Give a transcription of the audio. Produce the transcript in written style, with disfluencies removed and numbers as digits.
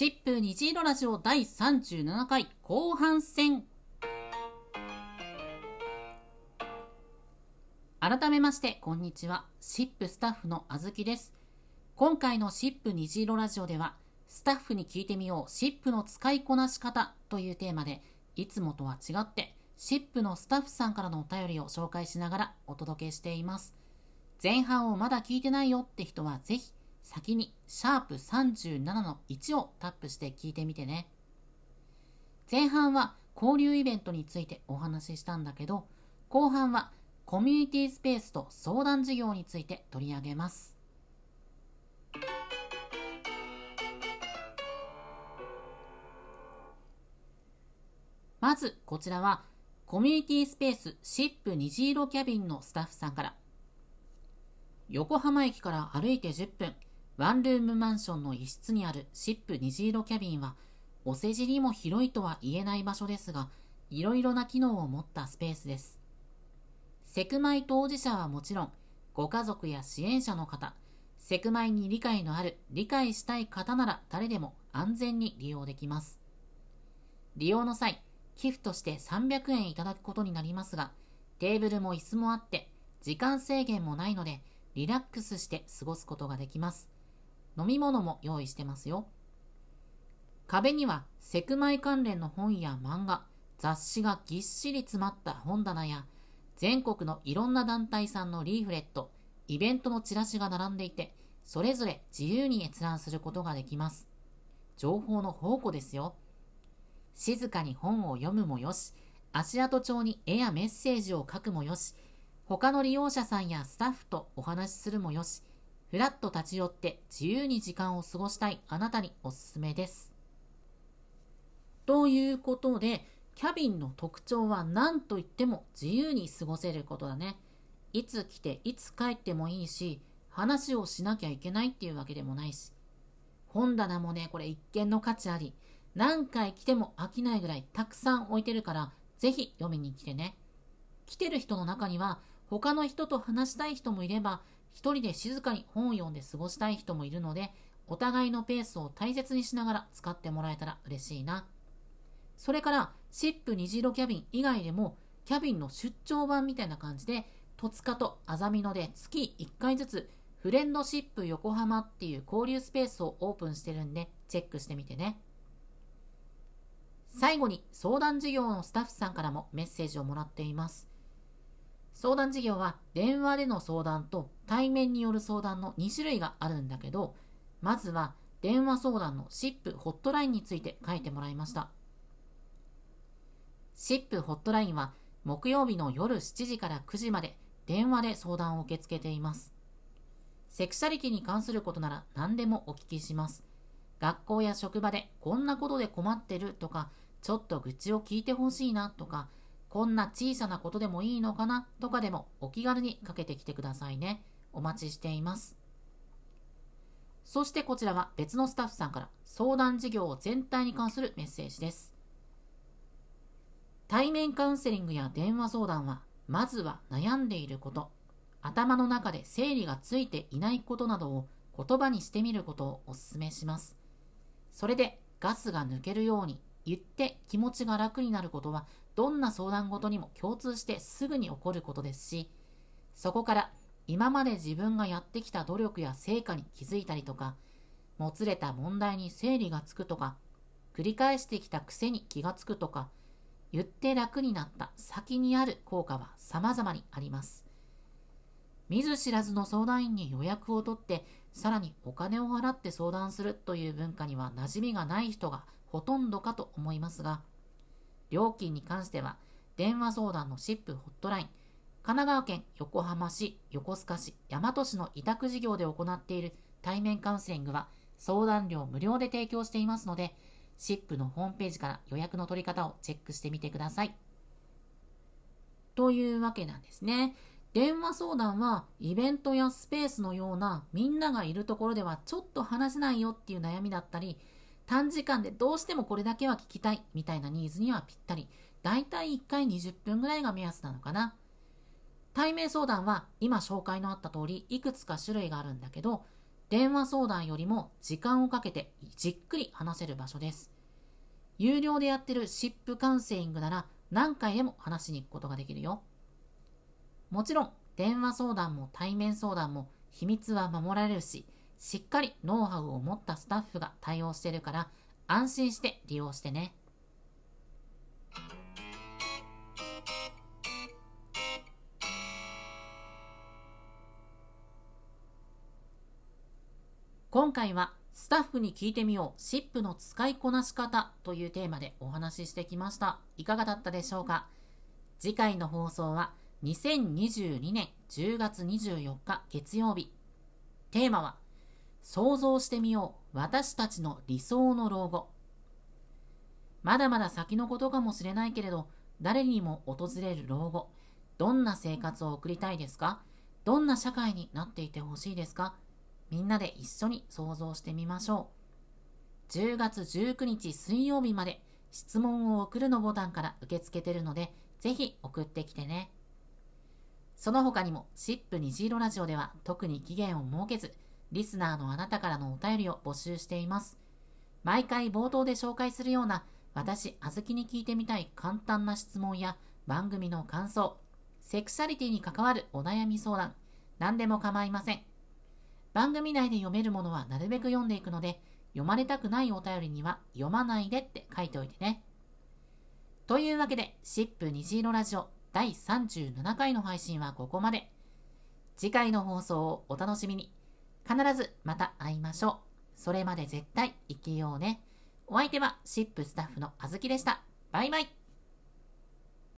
シップ虹色ラジオ第37回後半戦。改めましてこんにちは。シップスタッフのあずきです。今回のシップ虹色ラジオでは、スタッフに聞いてみようシップの使いこなし方というテーマで、いつもとは違ってシップのスタッフさんからのお便りを紹介しながらお届けしています。前半をまだ聞いてないよって人はぜひ先にシャープ37の1をタップして聞いてみてね。前半は交流イベントについてお話ししたんだけど、後半はコミュニティスペースと相談事業について取り上げます。まずこちらはコミュニティスペースシップ虹色キャビンのスタッフさんから。横浜駅から歩いて10分、ワンルームマンションの一室にあるシップ虹色キャビンは、お世辞にも広いとは言えない場所ですが、いろいろな機能を持ったスペースです。セクマイ当事者はもちろん、ご家族や支援者の方、セクマイに理解のある、理解したい方なら誰でも安全に利用できます。利用の際、寄付として300円いただくことになりますが、テーブルも椅子もあって、時間制限もないので、リラックスして過ごすことができます。飲み物も用意してますよ。壁にはセクマイ関連の本や漫画、雑誌がぎっしり詰まった本棚や、全国のいろんな団体さんのリーフレット、イベントのチラシが並んでいて、それぞれ自由に閲覧することができます。情報の宝庫ですよ。静かに本を読むもよし、足跡帳に絵やメッセージを書くもよし、他の利用者さんやスタッフとお話しするもよし、ふらっと立ち寄って自由に時間を過ごしたいあなたにおすすめです。ということで、キャビンの特徴は何といっても自由に過ごせることだね。いつ来ていつ帰ってもいいし、話をしなきゃいけないっていうわけでもないし、本棚もね、これ一見の価値あり、何回来ても飽きないぐらいたくさん置いてるから、ぜひ読みに来てね。来てる人の中には他の人と話したい人もいれば、一人で静かに本を読んで過ごしたい人もいるので、お互いのペースを大切にしながら使ってもらえたら嬉しいな。それからシップ虹色キャビン以外でも、キャビンの出張版みたいな感じで、戸塚とあざみ野で月1回ずつフレンドシップ横浜っていう交流スペースをオープンしてるんで、チェックしてみてね。最後に相談事業のスタッフさんからもメッセージをもらっています。相談事業は電話での相談と対面による相談の2種類があるんだけど、まずは電話相談のシップホットラインについて書いてもらいました。シップホットラインは木曜日の夜7時から9時まで電話で相談を受け付けています。セクシャリティに関することなら何でもお聞きします。学校や職場でこんなことで困ってるとか、ちょっと愚痴を聞いてほしいなとか、こんな小さなことでもいいのかなとかでもお気軽にかけてきてくださいね。お待ちしています。そしてこちらは別のスタッフさんから相談事業全体に関するメッセージです。対面カウンセリングや電話相談は、まずは悩んでいること、頭の中で整理がついていないことなどを言葉にしてみることをお勧めします。それでガスが抜けるように言って気持ちが楽になることは、どんな相談事にも共通してすぐに起こることですし、そこから今まで自分がやってきた努力や成果に気づいたりとか、もつれた問題に整理がつくとか、繰り返してきた癖に気がつくとか、言って楽になった先にある効果は様々にあります。見ず知らずの相談員に予約を取って、さらにお金を払って相談するという文化には馴染みがない人がほとんどかと思いますが、料金に関しては電話相談のシップホットライン、神奈川県横浜市、横須賀市、大和市の委託事業で行っている対面カウンセリングは相談料無料で提供していますので、シップのホームページから予約の取り方をチェックしてみてください。というわけなんですね。電話相談はイベントやスペースのようなみんながいるところではちょっと話せないよっていう悩みだったり、短時間でどうしてもこれだけは聞きたいみたいなニーズにはぴったり。だいたい1回20分ぐらいが目安なのかな。対面相談は今紹介のあった通りいくつか種類があるんだけど、 電話相談よりも時間をかけてじっくり話せる場所です。有料でやってるシップカウンセリングなら何回でも話しに行くことができるよ。もちろん電話相談も対面相談も秘密は守られるし、しっかりノウハウを持ったスタッフが対応しているから安心して利用してね。今回はスタッフに聞いてみようシップの使いこなし方というテーマでお話ししてきました。いかがだったでしょうか。次回の放送は2022年10月24日月曜日。テーマは想像してみよう私たちの理想の老後。まだまだ先のことかもしれないけれど、誰にも訪れる老後、どんな生活を送りたいですか？どんな社会になっていてほしいですか？みんなで一緒に想像してみましょう。10月19日水曜日まで質問を送るのボタンから受け付けてるので、ぜひ送ってきてね。その他にもシップ虹色ラジオでは特に期限を設けず、リスナーのあなたからのお便りを募集しています。毎回冒頭で紹介するような私あずきに聞いてみたい簡単な質問や番組の感想、セクシャリティに関わるお悩み相談、何でも構いません。番組内で読めるものはなるべく読んでいくので、読まれたくないお便りには読まないでって書いておいてね。というわけで、シップ虹色ラジオ第37回の配信はここまで。次回の放送をお楽しみに。必ずまた会いましょう。それまで絶対生きようね。お相手はシップスタッフのあずきでした。バイバイ。